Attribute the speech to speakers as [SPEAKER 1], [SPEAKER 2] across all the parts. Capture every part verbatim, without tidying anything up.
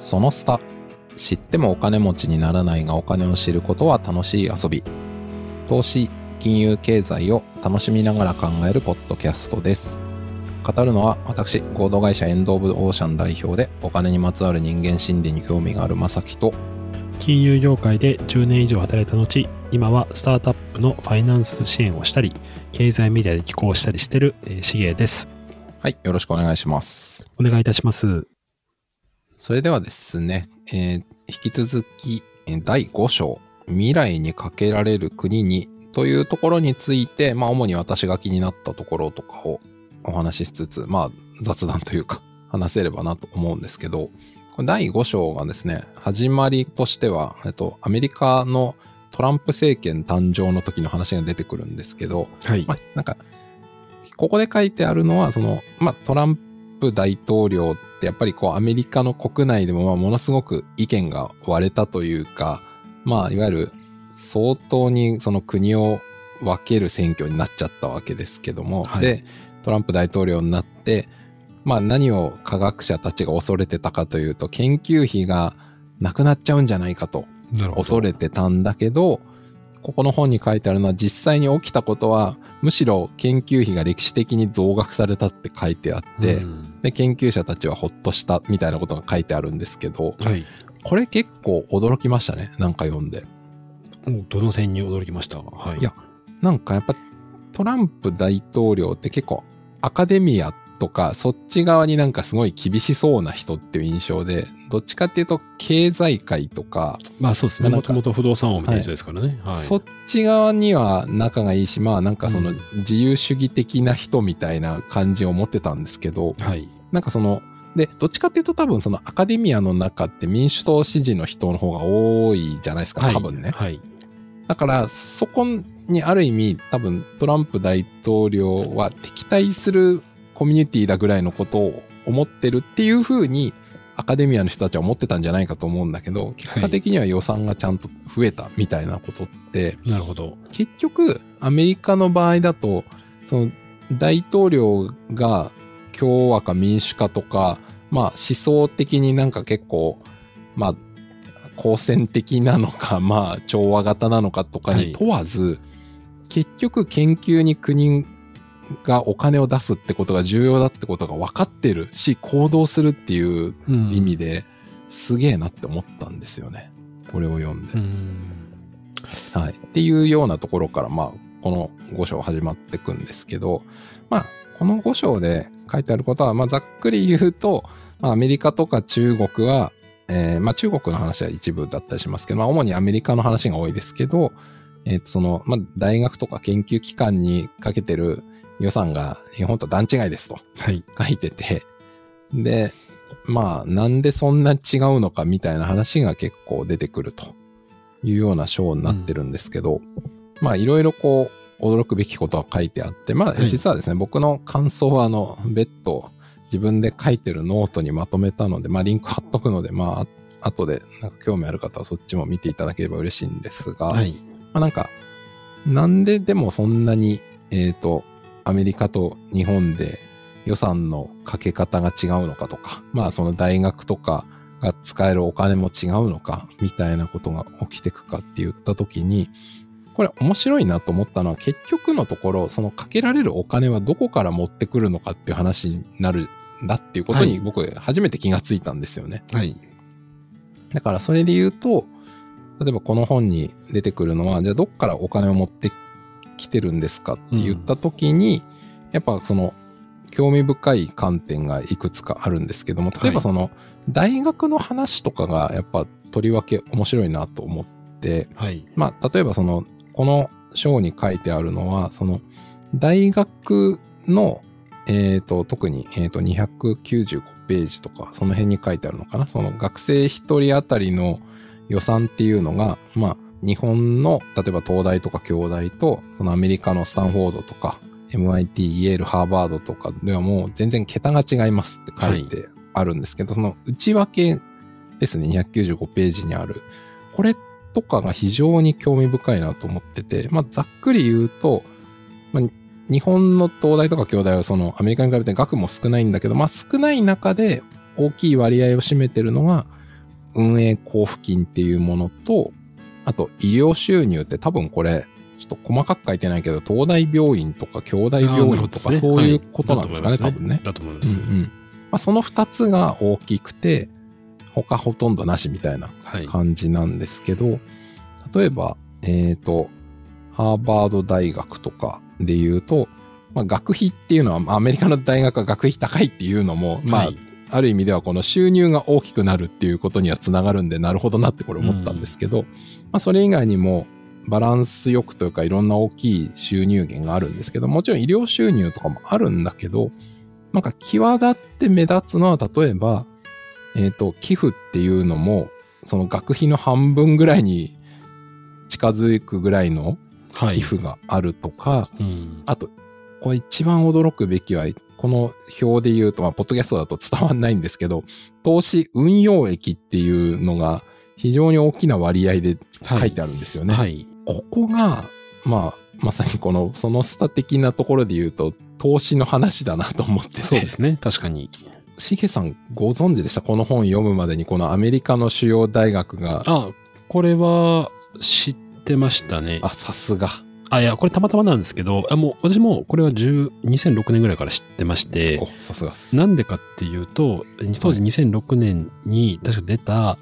[SPEAKER 1] そのスタ、知ってもお金持ちにならないがお金を知ることは楽しい遊び。投資、金融経済を楽しみながら考えるポッドキャストです。語るのは私、合同会社エンドオブオーシャン代表でお金にまつわる人間心理に興味があるまさきと、
[SPEAKER 2] 金融業界でじゅうねん以上働いた後、今はスタートアップのファイナンス支援をしたり、経済メディアで寄稿したりしているしげです。
[SPEAKER 1] はい、よろしくお願いします。
[SPEAKER 2] お願いいたします。
[SPEAKER 1] それではですね、えー、引き続きだいご章、未来にかけられる国にというところについて、まあ主に私が気になったところとかをお話ししつつ、まあ雑談というか話せればなと思うんですけど、だいご章がですね、始まりとしては、えっと、アメリカのトランプ政権誕生の時の話が出てくるんですけど、
[SPEAKER 2] はい。
[SPEAKER 1] まあ、なんか、ここで書いてあるのは、その、まあ、トランプ大統領ってやっぱりこう、アメリカの国内でもまあものすごく意見が割れたというか、まあ、いわゆる相当にその国を分ける選挙になっちゃったわけですけども、はい、で、トランプ大統領になって、まあ何を科学者たちが恐れてたかというと、研究費がなくなっちゃうんじゃないかと恐れてたんだけど、ここの本に書いてあるのは実際に起きたことは、むしろ研究費が歴史的に増額されたって書いてあって、うん、で研究者たちはほっとしたみたいなことが書いてあるんですけど、はい、これ結構驚きましたね、なんか読んで。
[SPEAKER 2] どの点に驚きました？はい。
[SPEAKER 1] いや、なんかやっぱトランプ大統領って結構アカデミアとかそっち側になんかすごい厳しそうな人っていう印象で、どっちかっていうと経済界とか、
[SPEAKER 2] まあそうですね、もともと不動産王みたいな人ですからね、はいはい、
[SPEAKER 1] そっち側には仲がいいし、まあなんかその自由主義的な人みたいな感じを持ってたんですけど、はい、なんかそのでどっちかっていうと多分そのアカデミアの中って民主党支持の人の方が多いじゃないですか、多分ね、はいはい、だからそこにある意味多分トランプ大統領は敵対するコミュニティだぐらいのことを思ってるっていう風にアカデミアの人たちは思ってたんじゃないかと思うんだけど、結果的には予算がちゃんと増えたみたいなことって、
[SPEAKER 2] なるほど。
[SPEAKER 1] 結局アメリカの場合だと、その大統領が共和か民主かとか、まあ思想的になんか結構、まあ好戦的なのか、まあ調和型なのかとかに問わず、はい、結局研究に国がお金を出すってことが重要だってことが分かってるし、行動するっていう意味で、うん、すげえなって思ったんですよね。これを読んで。うん、はい。っていうようなところから、まあ、このご章始まっていくんですけど、まあ、このご章で書いてあることは、まあ、ざっくり言うと、まあ、アメリカとか中国は、えー、まあ、中国の話は一部だったりしますけど、まあ、主にアメリカの話が多いですけど、えっと、その、まあ、大学とか研究機関にかけてる予算が日本と段違いですと書いてて、はい、で、まあなんでそんな違うのかみたいな話が結構出てくるというような章になってるんですけど、うん、まあいろいろこう驚くべきことは書いてあって、まあ実はですね、はい、僕の感想はあの別途自分で書いてるノートにまとめたので、まあリンク貼っとくので、まあ後でなんか興味ある方はそっちも見ていただければ嬉しいんですが、はい、まあなんかなんででもそんなにえっとアメリカと日本で予算のかけ方が違うのかとか、まあその大学とかが使えるお金も違うのかみたいなことが起きてくかって言ったときに、これ面白いなと思ったのは結局のところ、そのかけられるお金はどこから持ってくるのかっていう話になるんだっていうことに僕初めて気がついたんですよね。はい。だからそれで言うと、例えばこの本に出てくるのは、じゃあどっからお金を持って来てるんですかって言った時に、うん、やっぱその興味深い観点がいくつかあるんですけども、例えばその大学の話とかがやっぱとりわけ面白いなと思って、はい、まあ例えばそのこの章に書いてあるのは、その大学のえっと特にえっとにひゃくきゅうじゅうごページとかその辺に書いてあるのかな、その学生一人当たりの予算っていうのがまあ日本の例えば東大とか京大とそのアメリカのスタンフォードとか エムアイティー、イェール、ハーバードとかではもう全然桁が違いますって書いてあるんですけど、はい、その内訳ですね、にひゃくきゅうじゅうごページにあるこれとかが非常に興味深いなと思ってて、まあざっくり言うと、まあ、日本の東大とか京大はそのアメリカに比べて額も少ないんだけど、まあ少ない中で大きい割合を占めてるのが運営交付金っていうものと、あと医療収入って多分これ、ちょっと細かく書いてないけど、東大病院とか京大病院とかそういうことなんですかね、多分ね。
[SPEAKER 2] だと思います。
[SPEAKER 1] うんうん。まあ、その二つが大きくて、他ほとんどなしみたいな感じなんですけど、はい、例えば、えっと、ハーバード大学とかで言うと、まあ、学費っていうのは、アメリカの大学は学費高いっていうのも、まあ、はい、ある意味ではこの収入が大きくなるっていうことにはつながるんで、なるほどなってこれ思ったんですけど、うん、まあ、それ以外にもバランスよくというかいろんな大きい収入源があるんですけど、もちろん医療収入とかもあるんだけど、なんか際立って目立つのは例えば、えっと、寄付っていうのも、その学費の半分ぐらいに近づくぐらいの寄付があるとか、はい、うん、あと、これ一番驚くべきは、この表で言うと、まあ、ポッドキャストだと伝わんないんですけど、投資運用益っていうのが非常に大きな割合で書いてあるんですよね。はいはい、ここが、まあ、まさにこの、そのスタ的なところで言うと、投資の話だなと思ってて。
[SPEAKER 2] そうですね、確かに。
[SPEAKER 1] しげさんご存知でした？この本読むまでにこのアメリカの主要大学が。
[SPEAKER 2] あ、これは知ってましたね。
[SPEAKER 1] あ、さすが。
[SPEAKER 2] あ、いや、これたまたまなんですけど、あ、もう私もこれはにせんろくねんぐらいから知ってまして、
[SPEAKER 1] お、さすがっす。
[SPEAKER 2] なんでかっていうと、当時にせんろくねんに確か出た、はい、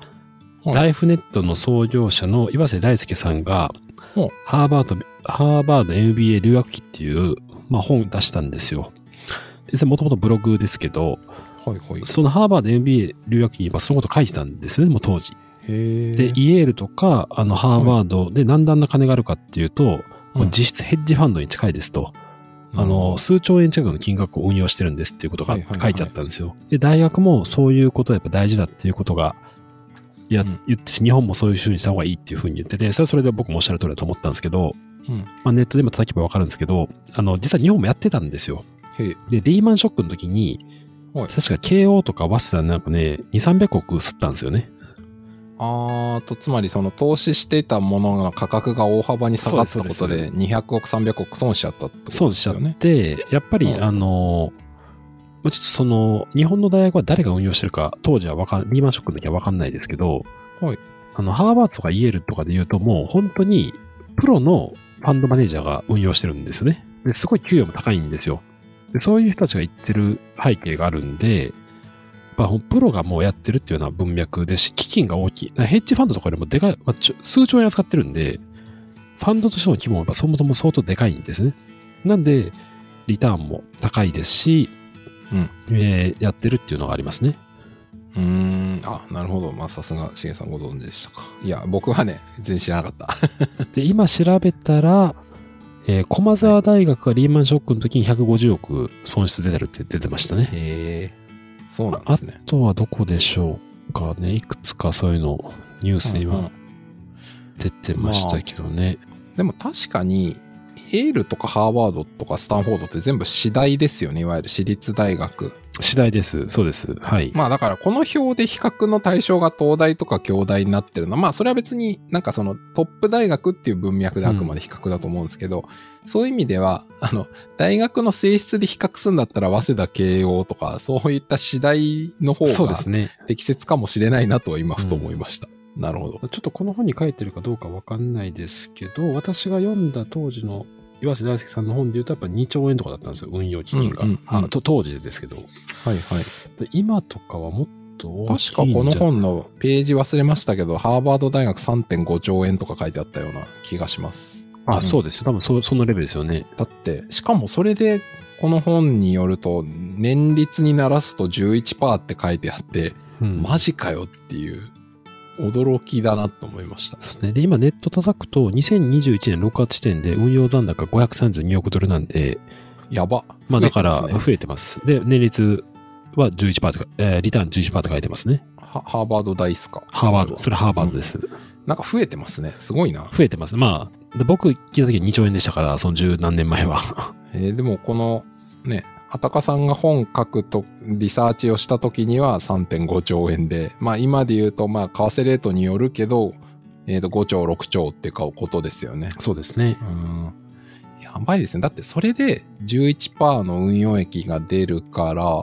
[SPEAKER 2] ライフネットの創業者の岩瀬大輔さんが、はい、ハーバード、ハーバード エムビーエー 留学期っていう、まあ、本を出したんですよ。で、それもともとブログですけど、はいはい、そのハーバード エムビーエー 留学期にそのこと書いてたんですよね、もう当時。
[SPEAKER 1] へ
[SPEAKER 2] で、イエールとか、あの、ハーバードで何であんな金があるかっていうと、もう実質ヘッジファンドに近いですと。うん、あの、数兆円近くの金額を運用してるんですっていうことが書いてあったんですよ。はいはいはい、で、大学もそういうことはやっぱ大事だっていうことが、や、うん、言ってし、日本もそういう風にした方がいいっていう風に言ってて、それはそれで僕もおっしゃる通りだと思ったんですけど、うん、まあ、ネットでも叩けばわかるんですけど、あの、実は日本もやってたんですよ。で、リーマンショックの時に、確か慶応とか早稲田なんかね、に、さんびゃくおく吸ったんですよね。
[SPEAKER 1] あーと、つまりその投資していたものの価格が大幅に下がったことでにひゃくおく、さんびゃくおく損しちゃったってことですよね。
[SPEAKER 2] そうしちゃって、やっぱり、うん、あの、ちょっとその、日本の大学は誰が運用してるか、当時はわかん、リーマンショックの時はわかんないですけど、はい。あの、ハーバードとかイエールとかで言うともう本当にプロのファンドマネージャーが運用してるんですよね。ですごい給与も高いんですよ。で、そういう人たちが言ってる背景があるんで、まあ、プロがもうやってるっていうような文脈ですし、基金が大きい。ヘッジファンドとかよりもでかい、まあ、数兆円扱ってるんで、ファンドとしての規模もやっぱそもそも相当でかいんですね。なんで、リターンも高いですし、うんえー、やってるっていうのがありますね。
[SPEAKER 1] うーん、あ、なるほど。まあ、さすが、しげさんご存知でしたか。いや、僕はね、全然知らなかった。
[SPEAKER 2] で、今調べたら、えー、駒沢大学がリーマンショックの時にひゃくごじゅうおく損失出てるって出てましたね。
[SPEAKER 1] へー。そうなんですね。
[SPEAKER 2] あとはどこでしょうかね。いくつかそういうのニュースには出てましたけどね。
[SPEAKER 1] まあ、でも確かに、エールとかハーバードとかスタンフォードって全部私大ですよね。いわゆる私立大学。
[SPEAKER 2] 私大です。そうです。はい。
[SPEAKER 1] まあだからこの表で比較の対象が東大とか京大になってるのは、まあそれは別になんかそのトップ大学っていう文脈であくまで比較だと思うんですけど、うん、そういう意味では、あの、大学の性質で比較するんだったら早稲田慶応とか、そういった私大の方が適切かもしれないなとは今ふと思いました。うん、なるほど。
[SPEAKER 2] ちょっとこの本に書いてるかどうかわかんないですけど、私が読んだ当時の岩瀬大輔さんの本で言うとやっぱにちょうえんとかだったんですよ、運用基金が。うんうんうん、あと当時ですけど。
[SPEAKER 1] はいはい。
[SPEAKER 2] 今とかはもっと大きいんじゃ。
[SPEAKER 1] 確かこの本のページ忘れましたけど、ハーバード大学 さんてんごちょうえんとか書いてあったような気がします。
[SPEAKER 2] あ、うん、そうですよ。多分そ、そのレベルですよね。
[SPEAKER 1] だって、しかもそれで、この本によると、年率にならすと じゅういちパーセント って書いてあって、うん、マジかよっていう。驚きだなと思いました。
[SPEAKER 2] そうですね。で、今ネット叩くと、にせんにじゅういちねんろくがつ時点で運用残高ごひゃくさんじゅうにおくドルなんで、
[SPEAKER 1] やば。
[SPEAKER 2] まあだから増えてます。で、年率は じゅういちパーセント とか、えー、リターン じゅういちパーセント と書いてますね。
[SPEAKER 1] ハーバード大っすか？
[SPEAKER 2] ハーバード。それハーバードです。うん、
[SPEAKER 1] なんか増えてますね。すごいな。
[SPEAKER 2] 増えてます。まあ、で僕聞いた時はにちょうえんでしたから、その十何年前は。
[SPEAKER 1] えー、でもこのね、あたかさんが本書くと、リサーチをした時には さんてんごちょうえんで、まあ今で言うと、まあ為替レートによるけど、えっとごちょう、ろくちょうっていうことですよね。
[SPEAKER 2] そうですね。
[SPEAKER 1] うん。やばいですね。だってそれで じゅういちパーセント の運用益が出るから、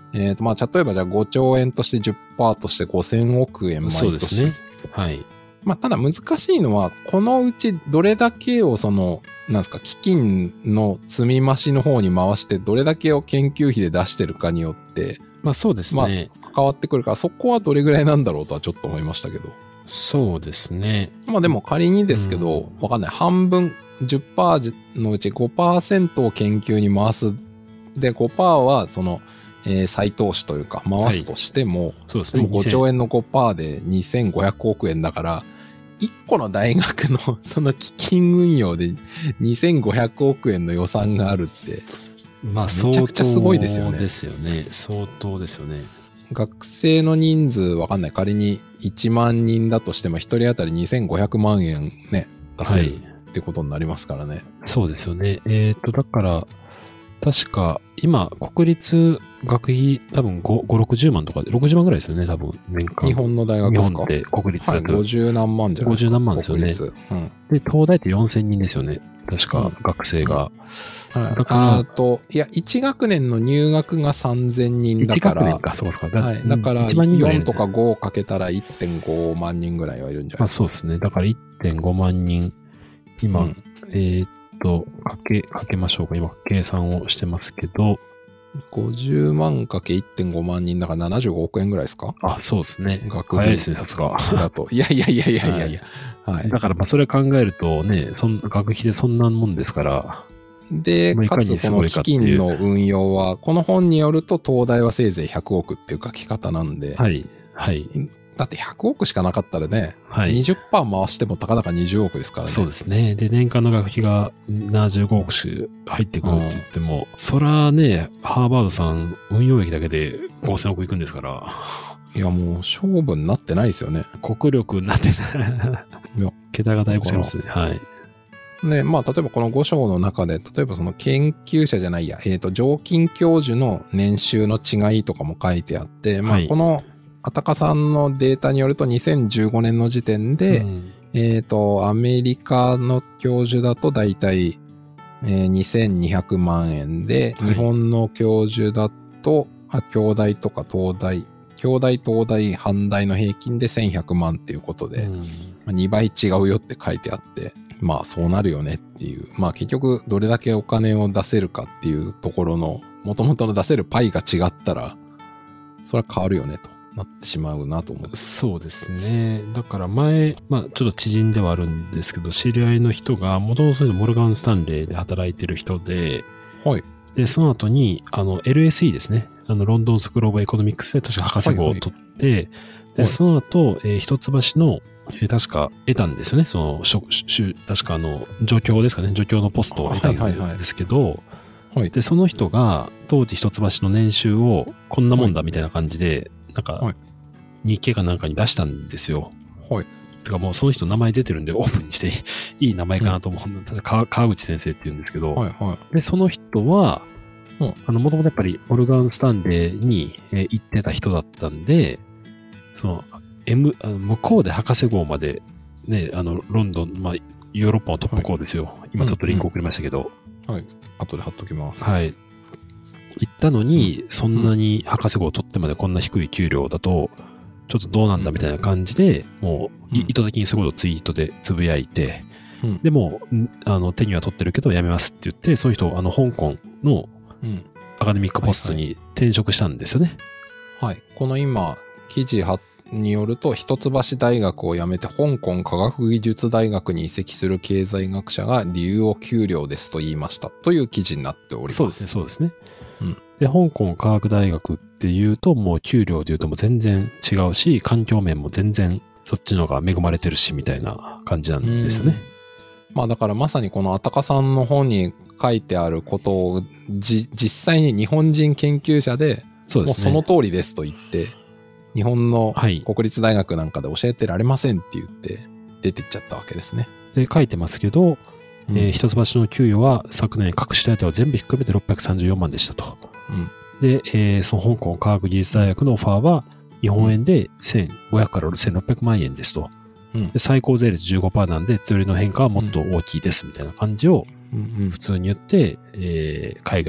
[SPEAKER 1] えっ、ー、と、まあ、例えばじゃあごちょうえんとして じゅっパーセント としてごせんおくえん毎年。
[SPEAKER 2] そうですね。はい。
[SPEAKER 1] まあ、ただ難しいのは、このうちどれだけをその、なんですか、基金の積み増しの方に回して、どれだけを研究費で出してるかによって、
[SPEAKER 2] まあそうですね。
[SPEAKER 1] まあ、変わってくるから、そこはどれぐらいなんだろうとはちょっと思いましたけど。
[SPEAKER 2] そうですね。
[SPEAKER 1] まあでも仮にですけど、わ、うん、かんない。半分、じゅっパーセント のうち ごパーセント を研究に回す。で、ごパーセント はその、えー、再投資というか回すとしても、はい、
[SPEAKER 2] そうですね。
[SPEAKER 1] でもごちょうえんの ごパーセント でにせんごひゃくおくえんだから、いっこの大学のその基金運用でにせんごひゃくおくえんの予算があるって、
[SPEAKER 2] まあめちゃくちゃすごいですよね。ですよね。相当ですよね。
[SPEAKER 1] 学生の人数わかんない。仮にいちまんにんだとしてもひとり当たりにせんごひゃくまんえんね、出せるってことになりますからね。はい、
[SPEAKER 2] そうですよね。えっと、だから、確か、今、国立学費多分ご、ろくじゅうまんとかで、ろくじゅうまんぐらいですよね、多分、年間。
[SPEAKER 1] 日本の大学ですか？
[SPEAKER 2] 日本って国立だと。
[SPEAKER 1] はい、ごじゅうなんまんじゃないですか。
[SPEAKER 2] ごじゅうなんまんですよね。うん、で、東大ってよんせんにんですよね。確か、うん、学生が。
[SPEAKER 1] うんはい、あと、いや、いち学年の入学がさんぜんにんだから。いち学年か、そうそうか。だ,、はい、だから、よんとかごをかけたら いってんごまんにんぐらいはいるんじゃないですか。
[SPEAKER 2] まあ、そうですね。だから いってんごまんにん。今、うん、えー、っと、かけ、かけましょうか。今、計算をしてますけど。
[SPEAKER 1] ごじゅうまんかけ いってんごまん人だからななじゅうごおくえんぐらいですか？
[SPEAKER 2] あ、そうですね。
[SPEAKER 1] 学費
[SPEAKER 2] 早いですね、さすが。
[SPEAKER 1] だと。いやいやいやいやいやいや。
[SPEAKER 2] はい。はい、だから、まあ、それ考えるとね、そん学費でそんなもんですから。
[SPEAKER 1] で、かつこの基金の運用は、この本によると東大はせいぜいひゃくおくっていう書き方なんで。
[SPEAKER 2] はい。はい。
[SPEAKER 1] だってひゃくおくしかなかったらね、はい、にじゅっパーセント 回してもたかだかにじゅうおくですからね。
[SPEAKER 2] そうですね。で、年間の学費がななじゅうごおく入ってくるって言っても、うん、そらね、ハーバードさん運用益だけでごせんおくいくんですから。
[SPEAKER 1] いや、もう勝負になってないですよね。
[SPEAKER 2] 国力になってない。いや、桁がだいぶ違いますね。はい。
[SPEAKER 1] ね、まあ、例えばこのご章の中で、例えばその研究者じゃないや、えっと、常勤教授の年収の違いとかも書いてあって、まあ、この、あたかさんのデータによるとにせんじゅうごねんの時点で、うん、えっと、アメリカの教授だとだいたい、えー、にせんにひゃくまんえんで、はい、日本の教授だと、あ、京大とか東大、京大、東大、阪大の平均でせんひゃくまんっていうことで、うんまあ、にばい違うよって書いてあって、まあそうなるよねっていう。まあ結局どれだけお金を出せるかっていうところの、元々の出せるパイが違ったら、それは変わるよねとなってしまうなと思う。
[SPEAKER 2] そうですね。だから前、まあちょっと知人ではあるんですけど、知り合いの人が、元々モルガン・スタンレーで働いてる人で、
[SPEAKER 1] はい。で、
[SPEAKER 2] その後に、あの エルエスイー ですね。あのロンドンスクール・オブ・エコノミックスで確か博士号を取って、はいはい、で、その後、えー、一橋のえー、確か得たんですよね。その、確かあの、助教ですかね。助教のポストを得たんですけど、はいはいはい、で、その人が当時一橋の年収をこんなもんだみたいな感じで、はい、なんか、日経かなんかに出したんですよ。はい。てかもうその人名前出てるんでオープンにしていい名前かなと思う。うん、確か川口先生って言うんですけど、はいはい、で、その人は、うん、あの、もともとやっぱりモルガン・スタンレーに、えー、行ってた人だったんで、その、M、あの向こうで博士号まで、ね、あの、ロンドン、まあ、ヨーロッパのトップ校ですよ。はい、今ちょっとリンク送りましたけど。
[SPEAKER 1] うんうん、はい。後で貼っときます。
[SPEAKER 2] はい。行ったのに、そんなに博士号を取ってまでこんな低い給料だと、ちょっとどうなんだみたいな感じで、もう、意図的にそういうことをツイートでつぶやいて、うん、でも、あの、手には取ってるけどやめますって言って、そういう人、あの、香港のアカデミックポストに転職したんですよね。
[SPEAKER 1] はい、はいはい。この今、記事貼ってによると、一橋大学を辞めて香港科学技術大学に移籍する経済学者が理由を給料ですと言いましたという記事になっております。
[SPEAKER 2] そうですね、そうですね。うん、で、香港科学大学っていうと、もう給料でいうともう全然違うし、環境面も全然そっちの方が恵まれてるし、みたいな感じなんですよね。
[SPEAKER 1] まあだからまさにこのあたかさんの本に書いてあることをじ実際に日本人研究者で、そうですね、もうその通りですと言って、日本の国立大学なんかで教えてられませんって言って出てっちゃったわけですね。
[SPEAKER 2] で、書いてますけど、うん、えー、一橋の給与は昨年各種手当は全部ひっくるめてろっぴゃくさんじゅうよんまんでしたと。うん、で、えー、その香港科学技術大学のオファーは日本円でせんごひゃくからせんろっぴゃくまんえんですと。うん、で最高税率 じゅうごパーセント なんで、それの変化はもっと大きいですみたいな感じを普通に言って、えー、海外に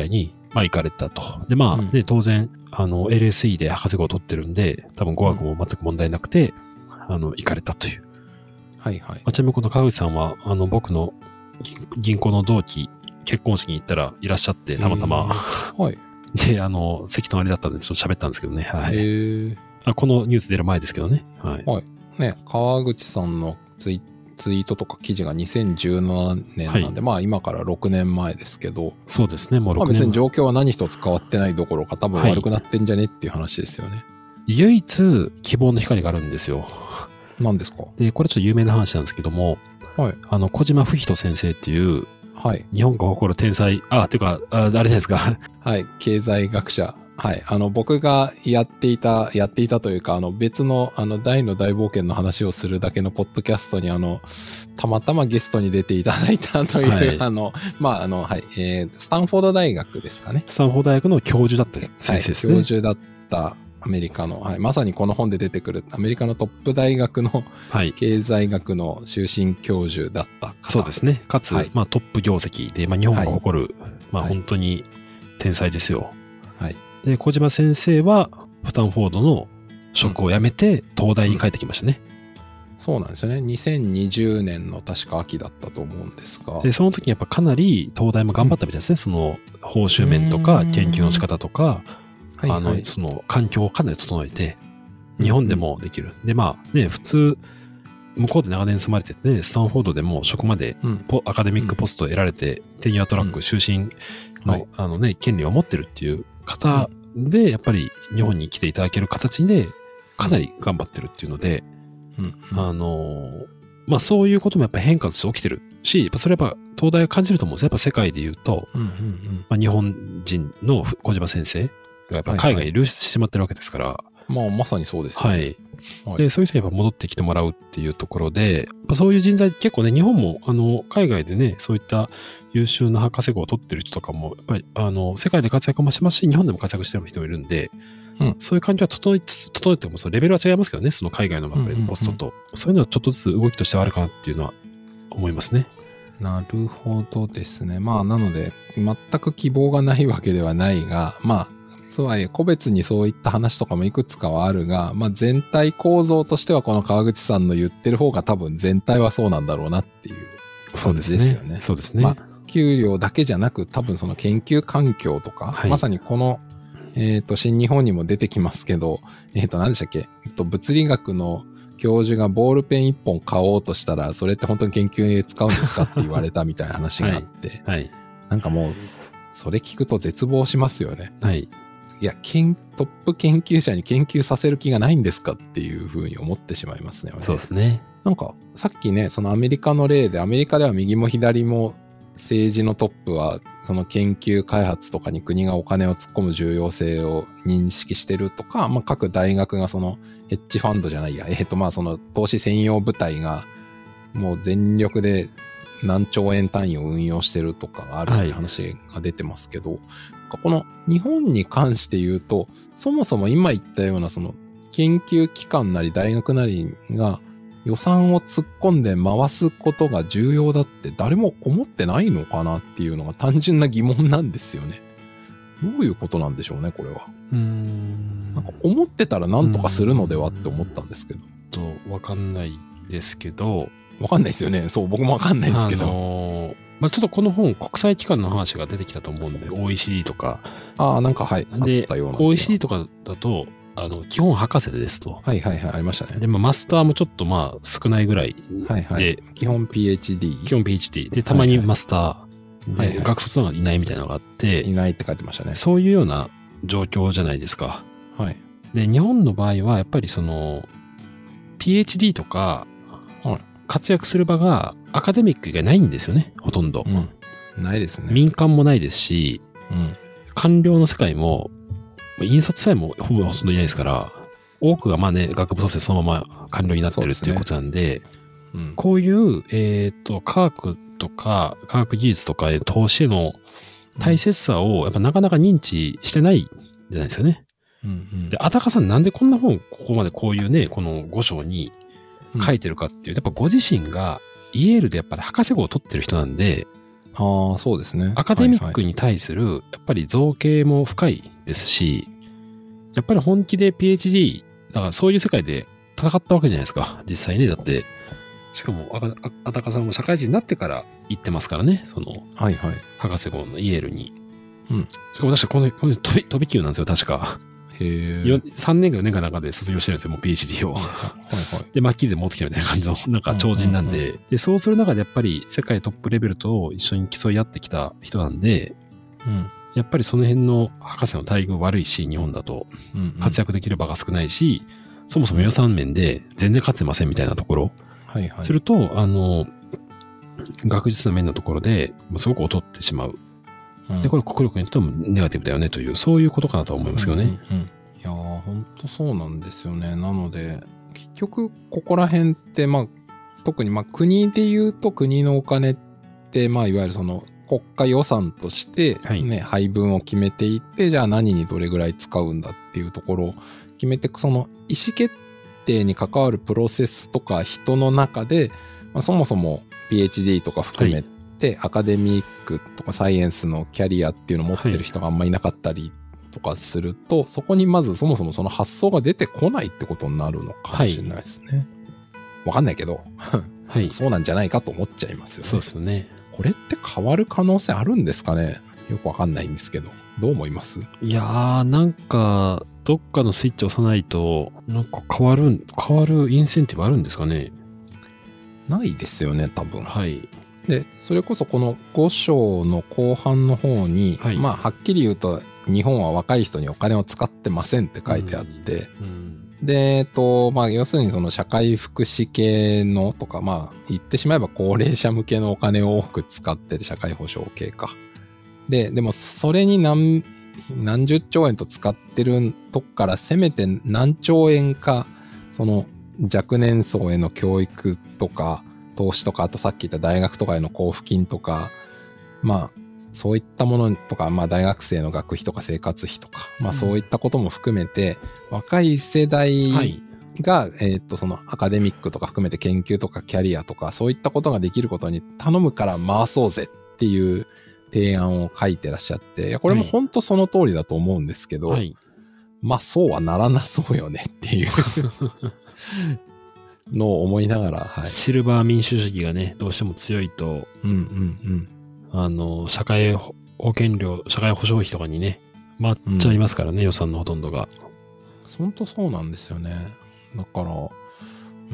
[SPEAKER 2] まあ行かれたと。で、まあね、うん、当然、あの、エルエスイー で博士号を取ってるんで、多分語学も全く問題なくて、うん、あの、行かれたという。
[SPEAKER 1] はいはい。
[SPEAKER 2] まあ、ちなみにこの川口さんは、あの、僕の銀行の同期、結婚式に行ったらいらっしゃって、たまたま。
[SPEAKER 1] はい。
[SPEAKER 2] で、あの、席隣だったんで、ちょっと喋ったんですけどね。はい。
[SPEAKER 1] へ
[SPEAKER 2] あ、このニュース出る前ですけどね。はい。
[SPEAKER 1] はい。ね、川口さんのツイツイートとか記事がにせんじゅうななねんなんで、はい、まあ今からろくねんまえですけど。
[SPEAKER 2] そうですね、もうろくねん。
[SPEAKER 1] まあ別に状況は何一つ変わってないどころか多分悪くなってんじゃねっていう話ですよね。はい、
[SPEAKER 2] 唯一希望の光があるんですよ。
[SPEAKER 1] 何ですか？
[SPEAKER 2] で、これちょっと有名な話なんですけども、はい。あの、小島不人先生っていう、はい。日本が誇る天才、あ、っていうか、あ、あれじゃないですか。
[SPEAKER 1] はい。経済学者。はい。あの、僕がやっていた、やっていたというか、あの、別の、あの、大の大冒険の話をするだけのポッドキャストに、あの、たまたまゲストに出ていただいたという、はい、あの、まあ、あの、はい。えー、スタンフォード大学ですかね。
[SPEAKER 2] スタンフォード大学の教授だった先生ですね。
[SPEAKER 1] はい、教授だったアメリカの、はい。まさにこの本で出てくるアメリカのトップ大学の経済学の終身教授だった方、はい。
[SPEAKER 2] そうですね。かつ、はい、まあ、トップ業績で、まあ、日本が誇る、はい、まあ、本当に天才ですよ。はい。で、小島先生は、スタンフォードの職を辞めて、東大に帰ってきましたね、
[SPEAKER 1] うんうん。そうなんですよね。にせんにじゅうねんの確か秋だったと思うんですが。
[SPEAKER 2] で、その時にやっぱかなり東大も頑張ったみたいですね。うん、その、報酬面とか、研究の仕方とか、あの、はいはい、その、環境をかなり整えて、日本でもできる。うんうん、で、まあ、ね、普通、向こうで長年住まれててね、スタンフォードでも職まで、うん、アカデミックポストを得られて、うん、テニアトラック、終身の、はい、あのね、権利を持ってるっていう方で、やっぱり日本に来ていただける形で、かなり頑張ってるっていうので、うんうん、あの、まあそういうこともやっぱ変化として起きてるし、やっぱそれはやっぱ東大を感じると思うんですよ。やっぱ世界で言うと、うんうんうんまあ、日本人の小島先生がやっぱ海外に流出してしまってるわけですから。はい
[SPEAKER 1] はい、まあまさにそうですよね。
[SPEAKER 2] はい。はい、で、そういう人にやっぱ戻ってきてもらうっていうところで、やっぱそういう人材、結構ね、日本も、あの、海外でね、そういった優秀な博士号を取ってる人とかも、やっぱり、あの、世界で活躍もしてますし、日本でも活躍してる人もいるんで、うん、そういう感じは整いつつ、整えても、そのレベルは違いますけどね、その海外のポストと、うんうんうん。そういうのはちょっとずつ動きとしてはあるかなっていうのは思いますね。
[SPEAKER 1] なるほどですね。まあ、なので、全く希望がないわけではないが、まあ、とはいえ、個別にそういった話とかもいくつかはあるが、まあ全体構造としてはこの川口さんの言ってる方が多分全体はそうなんだろうなっていう感じですよね。
[SPEAKER 2] そうですね。
[SPEAKER 1] まあ、給料だけじゃなく多分その研究環境とか、はい、まさにこの、えっと、新日本にも出てきますけど、えっと、何でしたっけ、えっと、物理学の教授がボールペン一本買おうとしたら、それって本当に研究に使うんですかって言われたみたいな話があって、はいはい、なんかもう、それ聞くと絶望しますよね。はい。いや、研、トップ研究者に研究させる気がないんですかっていうふうに思ってしまいますね。
[SPEAKER 2] そうですね。
[SPEAKER 1] なんか、さっきね、そのアメリカの例で、アメリカでは右も左も政治のトップは、その研究開発とかに国がお金を突っ込む重要性を認識してるとか、まあ各大学がそのヘッジファンドじゃないや、えっとまあその投資専用部隊がもう全力で何兆円単位を運用してるとかがあるって話が出てますけど、はい、この日本に関して言うと、そもそも今言ったようなその研究機関なり大学なりが予算を突っ込んで回すことが重要だって誰も思ってないのかなっていうのが単純な疑問なんですよね。どういうことなんでしょうね、これは。うーん。なんか思ってたら何とかするのではって思ったんですけど。
[SPEAKER 2] と、わかんないですけど。
[SPEAKER 1] わかんないですよね。そう、僕もわかんないですけど。
[SPEAKER 2] あのーまあ、ちょっとこの本、国際機関の話が出てきたと思うんで、オーイーシーディー とか。
[SPEAKER 1] ああ、なんかはい。
[SPEAKER 2] で、オーイーシーディー とかだと、あの、基本博士ですと。
[SPEAKER 1] はいはいはい、ありましたね。
[SPEAKER 2] で、まあ、マスターもちょっとまあ、少ないぐらいで。はいはい。
[SPEAKER 1] 基本 ピーエイチディー。
[SPEAKER 2] 基本 ピーエイチディー。で、たまにマスター。はいはい、で、はい、学卒がいないみたいなのがあって。
[SPEAKER 1] いないって書いてましたね。
[SPEAKER 2] そういうような状況じゃないですか。はい。で、日本の場合は、やっぱりその、ピーエイチディー とか、はい、活躍する場がアカデミック以外ないんですよね、ほとんど。うん
[SPEAKER 1] ないですね。
[SPEAKER 2] 民間もないですし、うん、官僚の世界も、引率さえもほぼほとんどいないですから、多くがまあね、学部卒生そのまま官僚になってるっていうことなんで、でねうん、こういう、えっと、科学とか、科学技術とかへ投資への大切さを、やっぱなかなか認知してないじゃないですかね。うんうん、で、あたかさんなんでこんな本、ここまでこういうね、このご章に書いてるかっていう、やっぱご自身がイエールでやっぱり博士号を取ってる人なんで、
[SPEAKER 1] ああ、そうですね。
[SPEAKER 2] アカデミックに対する、やっぱり造形も深いですし、やっぱり本気で ピーエイチディー、だからそういう世界で戦ったわけじゃないですか。実際ね。だって、しかも、あたかさんも社会人になってから行ってますからね。その、
[SPEAKER 1] はいはい。
[SPEAKER 2] 博士号のイェールに。
[SPEAKER 1] うん。
[SPEAKER 2] しかも確かこの、この飛び、飛び級なんですよ、確か。
[SPEAKER 1] へえ。
[SPEAKER 2] さんねんかよねんかなんかで卒業してるんですよ、もう ピーエイチディー を。はいはい。で、マッキーゼ持ってきたみたいな感じの、なんか超人なんで、うんうんうん、で、そうする中でやっぱり世界トップレベルと一緒に競い合ってきた人なんで、うん。やっぱりその辺の博士の待遇悪いし、日本だと活躍できる場が少ないし、うんうん、そもそも予算面で全然勝てませんみたいなところ。はいはい。すると、あの、学術の面のところですごく劣ってしまう。うん、で、これ国力にとってもネガティブだよねという、そういうことかなと思いますけどね。
[SPEAKER 1] うんうんうん、いやー、ほんとそうなんですよね。なので、結局、ここら辺って、まあ、特にまあ国で言うと国のお金って、まあ、いわゆるその国家予算としてね、はい、配分を決めていって、じゃあ何にどれぐらい使うんだっていうところを決めていく、その意思決定に関わるプロセスとか人の中で、まあ、そもそも ピーエイチディー とか含めて、はい、アカデミックとかサイエンスのキャリアっていうのを持ってる人があんまいなかったりとかすると、はい、そこにまずそもそもその発想が出てこないってことになるのかもしれないですね。はい、わかんないけど、はい、そうなんじゃないかと思っちゃいますよね。
[SPEAKER 2] そうですよね。
[SPEAKER 1] これって変わる可能性あるんですかね？よくわかんないんですけど、どう思います？
[SPEAKER 2] いやー、なんかどっかのスイッチ押さないとなんか変わる変わるインセンティブあるんですかね？
[SPEAKER 1] ないですよね、多分。
[SPEAKER 2] はい。
[SPEAKER 1] で、それこそこのご章の後半の方に、はい、まあはっきり言うと日本は若い人にお金を使ってませんって書いてあって、うんうん、で、えっと、まあ要するにその社会福祉系のとか、まあ言ってしまえば高齢者向けのお金を多く使ってて社会保障系か。で、でもそれに何、何十兆円と使ってるとこからせめて何兆円か、その若年層への教育とか、投資とか、あとさっき言った大学とかへの交付金とか、まあ、そういったものとか、まあ大学生の学費とか生活費とか、まあそういったことも含めて、うん、若い世代が、はい、えっと、そのアカデミックとか含めて研究とかキャリアとか、そういったことができることに頼むから回そうぜっていう提案を書いてらっしゃって、いや、これも本当その通りだと思うんですけど、はい、まあそうはならなそうよねっていう。のを思いながら、はい。
[SPEAKER 2] シルバー民主主義がね、どうしても強いと、
[SPEAKER 1] うんうんうん。
[SPEAKER 2] あの、社会保険料、社会保障費とかにね、回っちゃいますからね、うん、予算のほとんどが。
[SPEAKER 1] 本当そうなんですよね。だから、うん、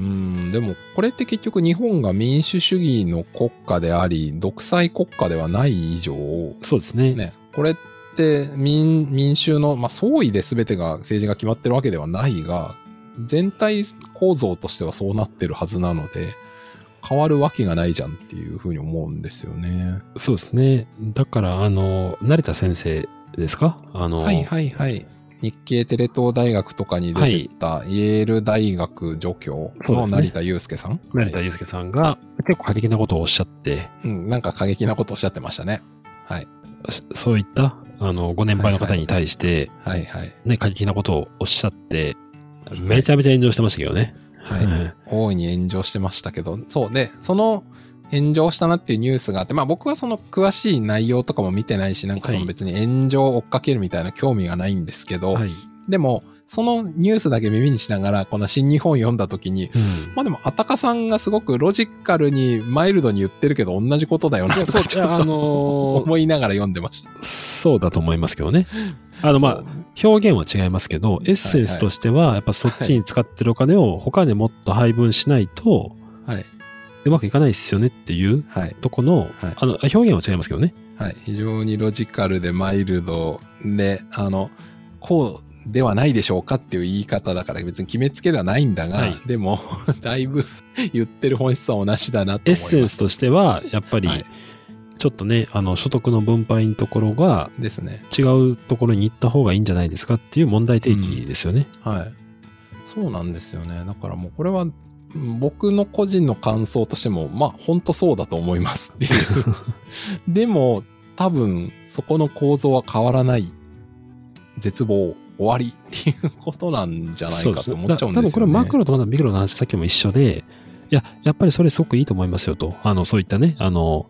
[SPEAKER 1] でもこれって結局日本が民主主義の国家であり、独裁国家ではない以上、
[SPEAKER 2] そうですね。
[SPEAKER 1] ね、これって民、民衆の、まあ、総意で全てが政治が決まってるわけではないが、全体構造としてはそうなってるはずなので、変わるわけがないじゃんっていうふうに思うんですよね。
[SPEAKER 2] そうですね。だから、あの、成田先生ですか？あの、
[SPEAKER 1] はいはいはい。日系テレ東大学とかに出てた、イェール大学助教の成田悠介さん、ね、
[SPEAKER 2] 成田悠介さんが結構過激なことをおっしゃって。
[SPEAKER 1] うん、なんか過激なことをおっしゃってましたね。はい。
[SPEAKER 2] そういった、あの、ご年配の方に対して、
[SPEAKER 1] はいはい。はいはい、
[SPEAKER 2] ね、過激なことをおっしゃって、めちゃめちゃ炎上してましたけどね。
[SPEAKER 1] はい。大いに炎上してましたけど、そうで、その炎上したなっていうニュースがあって、まあ僕はその詳しい内容とかも見てないし、なんかその別に炎上を追っかけるみたいな興味がないんですけど、はい、でも、そのニュースだけ耳にしながら、この新日本読んだ時に、うん、まあでも、あたかさんがすごくロジカルにマイルドに言ってるけど、同じことだよなとか、ちょっと、あのー、思いながら読んでました。
[SPEAKER 2] そうだと思いますけどね。あの、まあ、表現は違いますけど、エッセンスとしては、やっぱそっちに使ってるお金を他でもっと配分しないと、はい。うまくいかないですよねっていうとこの、はい、あの、表現は違いますけどね。
[SPEAKER 1] はい。非常にロジカルでマイルドで、あの、こう、ではないでしょうかっていう言い方だから別に決めつけではないんだが、はい、でもだいぶ言ってる本質は同じだなと思います。
[SPEAKER 2] エッセンスとしてはやっぱりちょっとね、あの所得の分配のところが
[SPEAKER 1] ですね、
[SPEAKER 2] 違うところに行った方がいいんじゃないですかっていう問題提起ですよね、
[SPEAKER 1] うん、はい、そうなんですよね。だからもうこれは僕の個人の感想としてもまあ本当そうだと思いますっていうでも多分そこの構造は変わらない、絶望終わりっていうことなんじゃないかと思っちゃうんですよね。多分
[SPEAKER 2] これマクロとかミクロの話さっきも一緒で、いや、やっぱりそれすごくいいと思いますよと。あの、そういったね、あの、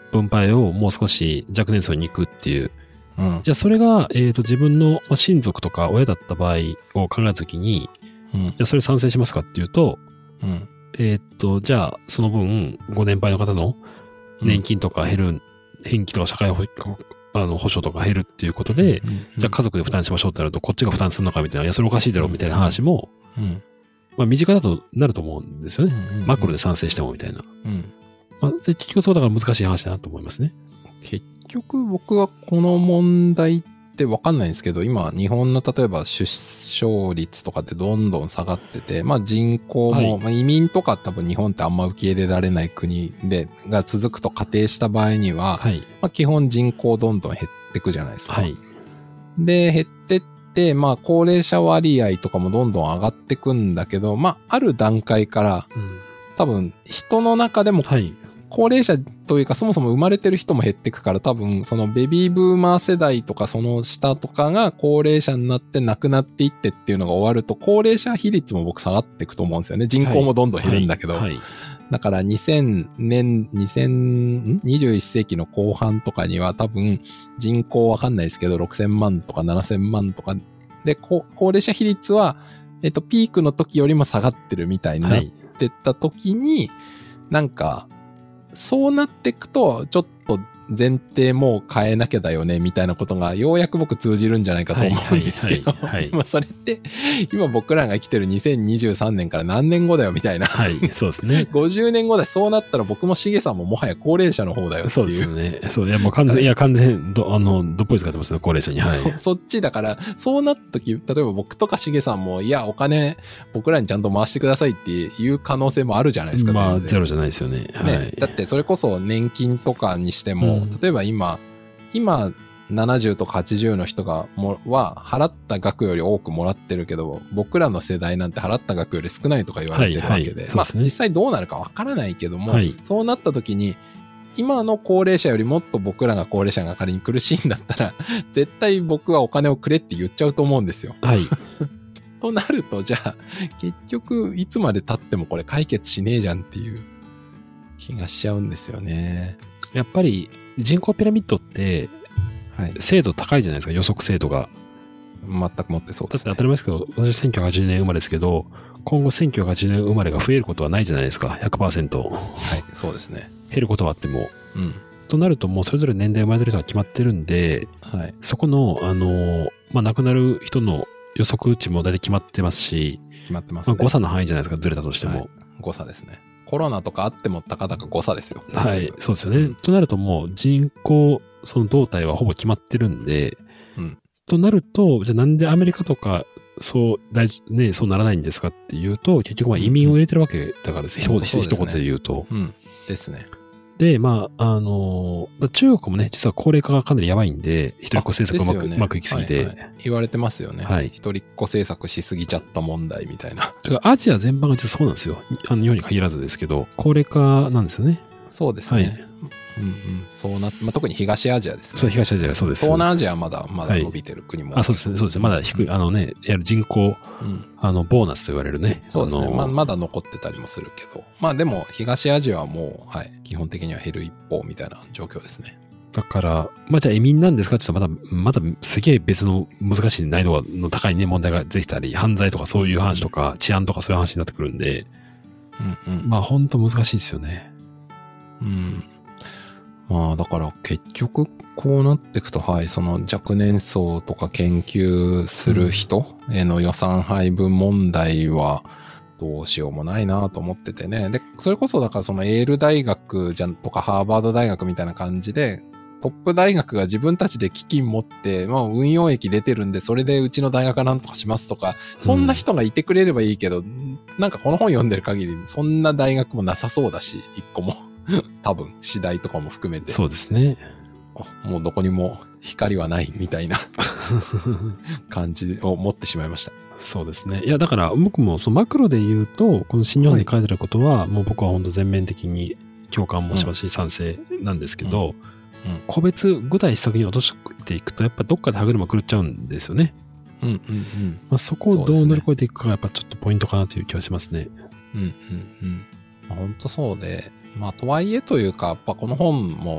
[SPEAKER 2] 分配をもう少し若年層に行くっていう。
[SPEAKER 1] うん、
[SPEAKER 2] じゃあそれが、えっと、自分の親族とか親だった場合を考えたときに、うん、じゃあそれ賛成しますかっていうと、うん、えっと、じゃあその分、ご年配の方の年金とか減る、うん、返金とか社会保あの保障とか減るっていうことで、うんうん、じゃあ家族で負担しましょうってなると、こっちが負担するのかみたいな、いや、それおかしいだろうみたいな話も、うんうん、まあ身近だとなると思うんですよね。うんうんうん、マクロで賛成してもみたいな。うんまあ、結局そうだから難しい話だなと思いますね。
[SPEAKER 1] 結局僕はこの問題ってわかんないんですけど、今日本の例えば出生率とかってどんどん下がってて、まあ人口も、はい、まあ、移民とか多分日本ってあんま受け入れられない国で、が続くと仮定した場合には、はい、まあ基本人口どんどん減ってくじゃないですか。はい、で、減ってって、まあ高齢者割合とかもどんどん上がってくんだけど、まあある段階から、うん、多分人の中でも、はい高齢者というかそもそも生まれてる人も減ってくから多分そのベビーブーマー世代とかその下とかが高齢者になって亡くなっていってっていうのが終わると高齢者比率も僕下がっていくと思うんですよね。人口もどんどん減るんだけど。はいはいはい、だからにせんねん、にせん、にじゅういっ世紀の後半とかには多分人口わかんないですけどろくせんまんとかななせんまんとかで高齢者比率はえっとピークの時よりも下がってるみたいになってった時に、はい、なんかそうなっていくと、ちょっと前提もう変えなきゃだよね、みたいなことがようやく僕通じるんじゃないかと思うんですけど、今それって、今僕らが生きてるにせんにじゅうさんねんから何年後だよ、みたいな。
[SPEAKER 2] はい、そうですね。
[SPEAKER 1] ごじゅうねんごだし、そうなったら僕もしげさんももはや高齢者の方だよっていう。
[SPEAKER 2] そうですね。そう、いやもう完全、いや完全、ど、あの、どっぽい使ってますね、高齢者に。はい。
[SPEAKER 1] そ, そっちだから、そうなった時、例えば僕とかしげさんも、いや、お金、僕らにちゃんと回してくださいっていう可能性もあるじゃないですか。
[SPEAKER 2] まあ、ゼロじゃないですよね。はい。
[SPEAKER 1] ね、だってそれこそ年金とかにしても、うん、例えば今、今、ななじゅうとかはちじゅうの人がも、は、払った額より多くもらってるけど、僕らの世代なんて払った額より少ないとか言われてるわけで、はいはい、まあ、実際どうなるかわからないけども、はい、そうなった時に、今の高齢者よりもっと僕らが高齢者が仮に苦しいんだったら、絶対僕はお金をくれって言っちゃうと思うんですよ。
[SPEAKER 2] はい。
[SPEAKER 1] となると、じゃあ、結局、いつまで経ってもこれ解決しねえじゃんっていう気がしちゃうんですよね。
[SPEAKER 2] やっぱり、人口ピラミッドって、はい、精度高いじゃないですか、予測精度が。
[SPEAKER 1] 全くもってそうですね。
[SPEAKER 2] だって当たり前ですけど、私せんきゅうひゃくはちじゅうねん生まれですけど、今後せんきゅうひゃくはちじゅうねん生まれが増えることはないじゃないですか、ひゃくパーセント。
[SPEAKER 1] はい、そうですね。
[SPEAKER 2] 減ることはあっても。
[SPEAKER 1] うん。
[SPEAKER 2] となると、もうそれぞれ年代生まれてる人が決まってるんで、はい、そこの、あの、まあ、亡くなる人の予測値も大体決まってますし、
[SPEAKER 1] 決まってますね。
[SPEAKER 2] まあ、誤差の範囲じゃないですか、ずれたとしても。はい、
[SPEAKER 1] 誤差ですね。コロナとかあってもたかだか誤差ですよ。
[SPEAKER 2] はい、そうですよね。うん、となるともう人口、その動態はほぼ決まってるんで、うん、となると、じゃあなんでアメリカとか、そう、大事、ね、そうならないんですかっていうと、結局まあ移民を入れてるわけだからです。うん、一言、一言で言うと。
[SPEAKER 1] うん。ですね。
[SPEAKER 2] で、まあ、あの、中国もね、実は高齢化がかなりやばいんで、一人っ子政策うまく、ね、うまくいきすぎて、はいはい。
[SPEAKER 1] 言われてますよね。はい。一人っ子政策しすぎちゃった問題みたいな。だ
[SPEAKER 2] からアジア全般が実はそうなんですよ。あの日本に限らずですけど、高齢化なんですよね。
[SPEAKER 1] そうですね。はい、うんうん。そうな、まあ、特に東アジアですね。
[SPEAKER 2] そう、東アジアはそうです。
[SPEAKER 1] 東南アジアはまだ、まだ伸びてる国も、
[SPEAKER 2] はい。あ、そうですね。そうですね。まだ低い、あのね、いわゆる人口、うん、あの、ボーナスと言われるね。
[SPEAKER 1] そうですね。まあ、まだ残ってたりもするけど。まあでも、東アジアはもう、はい、基本的には減る一方みたいな状況ですね。
[SPEAKER 2] だから、まあじゃあ移民なんですかって言ったらまだ、まだすげえ別の難しい難易度の高いね、問題が出てきたり、犯罪とかそういう話とか、うん、治安とかそういう話になってくるんで、うんうん、まあ本当難しいですよね。
[SPEAKER 1] うん。まあだから結局こうなっていくと、はい、その若年層とか研究する人への予算配分問題はどうしようもないなと思っててね。で、それこそだからそのエール大学じゃんとかハーバード大学みたいな感じで、トップ大学が自分たちで基金持って、まあ運用益出てるんで、それでうちの大学はなんとかしますとか、そんな人がいてくれればいいけど、うん、なんかこの本読んでる限り、そんな大学もなさそうだし、一個も。多分、次第とかも含めて。
[SPEAKER 2] そうですね。
[SPEAKER 1] もうどこにも光はないみたいな感じを持ってしまいました。
[SPEAKER 2] そうですね。いや、だから僕もそのマクロで言うと、この新日本に書いてあることは、はい、もう僕は本当全面的に共感もしますし、うん、賛成なんですけど、うんうん、個別具体施策に落としていくと、やっぱどっかで歯車狂っちゃうんですよね。
[SPEAKER 1] うんうんうん。
[SPEAKER 2] まあ、そこをどう乗り越えていくかがやっぱちょっとポイントかなという気がしますね。
[SPEAKER 1] うんうんうん。本当そうで、まあとはいえというか、やっぱこの本も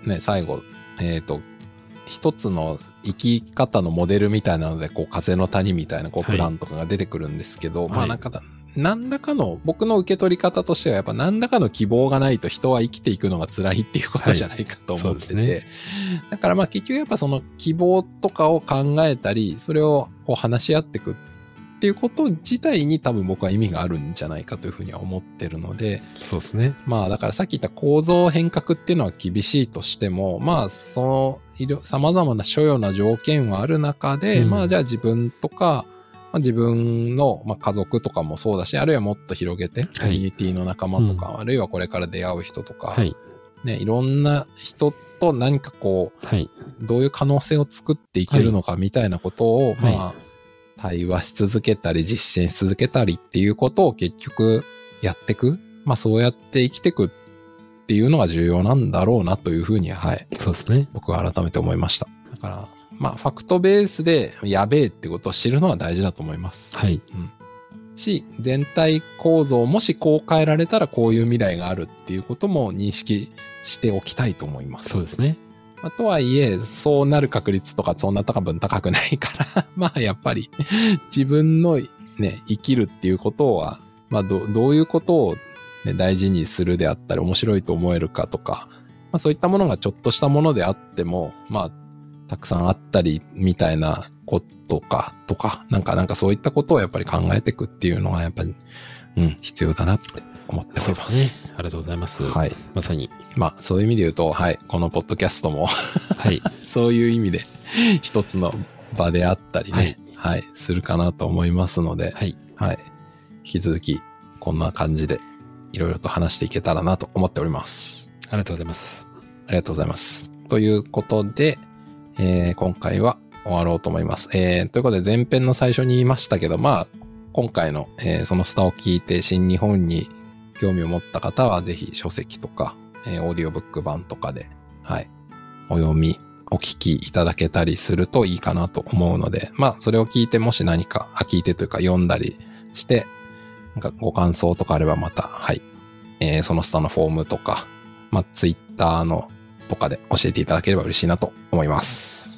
[SPEAKER 1] ね、最後、えっと、一つの生き方のモデルみたいなので、こう、風の谷みたいな、こう、プランとかが出てくるんですけど、はい、まあなんか、何らかの、僕の受け取り方としては、やっぱ何らかの希望がないと人は生きていくのが辛いっていうことじゃないかと思ってて、はいね、だからまあ結局やっぱその希望とかを考えたり、それをこう話し合っていくっていうこと自体に多分僕は意味があるんじゃないかというふうには思ってるので、
[SPEAKER 2] そうですね。
[SPEAKER 1] まあだからさっき言った構造変革っていうのは厳しいとしても、まあその様々な所要な条件はある中で、うん、まあじゃあ自分とか、まあ、自分の、まあ、家族とかもそうだし、あるいはもっと広げて、コミュニティの仲間とか、はい、あるいはこれから出会う人とか、はい、ね、いろんな人と何かこう、はい、どういう可能性を作っていけるのかみたいなことを、はい、まあ、対話し続けたり、実践し続けたりっていうことを結局やっていく。まあそうやって生きていくっていうのが重要なんだろうなというふうに、はい。
[SPEAKER 2] そうですね。
[SPEAKER 1] 僕は改めて思いました。だから、まあ、ファクトベースでやべえってことを知るのは大事だと思います。
[SPEAKER 2] はい。
[SPEAKER 1] うん。し、全体構造、もしこう変えられたらこういう未来があるっていうことも認識しておきたいと思います。
[SPEAKER 2] そうですね。
[SPEAKER 1] まあ、とはいえ、そうなる確率とかそんな多分高くないから、まあやっぱり自分のね、生きるっていうことは、まあど、どういうことを、ね、大事にするであったり面白いと思えるかとか、まあそういったものがちょっとしたものであっても、まあ、たくさんあったりみたいなことかとか、なんかなんかそういったことをやっぱり考えていくっていうのがやっぱり、うん、必要だなって思っております。
[SPEAKER 2] そうですね。ありがとうございます。
[SPEAKER 1] はい。
[SPEAKER 2] まさに。
[SPEAKER 1] まあそういう意味で言うと、はい、このポッドキャストも、
[SPEAKER 2] はい。
[SPEAKER 1] そういう意味で一つの場であったりね、はい、はい、するかなと思いますので、
[SPEAKER 2] はい。
[SPEAKER 1] はい。引き続きこんな感じでいろいろと話していけたらなと思っております。
[SPEAKER 2] ありがとうございます。
[SPEAKER 1] ありがとうございます。ということで、えー、今回は終わろうと思います。えー、ということで前編の最初に言いましたけど、まあ、今回の、えー、そのスタを聞いて新日本に興味を持った方はぜひ書籍とか、えー、オーディオブック版とかで、はい、お読み、お聞きいただけたりするといいかなと思うので、まあ、それを聞いてもし何か、あ、聞いてというか読んだりして、なんかご感想とかあればまた、はい、えー、そのスタのフォームとか、まあ、ツイッターのとかで教えていただければ嬉しいなと思います。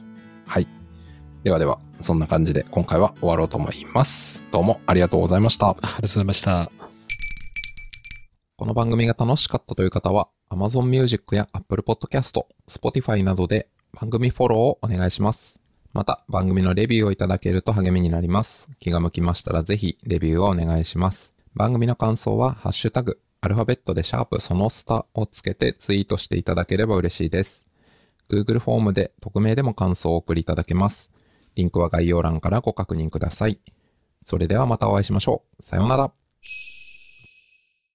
[SPEAKER 1] はい。ではでは、そんな感じで今回は終わろうと思います。どうもありがとうございました。あ
[SPEAKER 2] りがとうございました。
[SPEAKER 1] この番組が楽しかったという方は、Amazon Music や Apple Podcast、Spotify などで番組フォローをお願いします。また、番組のレビューをいただけると励みになります。気が向きましたらぜひレビューをお願いします。番組の感想は、ハッシュタグ、アルファベットでシャープそのスタをつけてツイートしていただければ嬉しいです。Google フォームで匿名でも感想をお送りいただけます。リンクは概要欄からご確認ください。それではまたお会いしましょう。さようなら。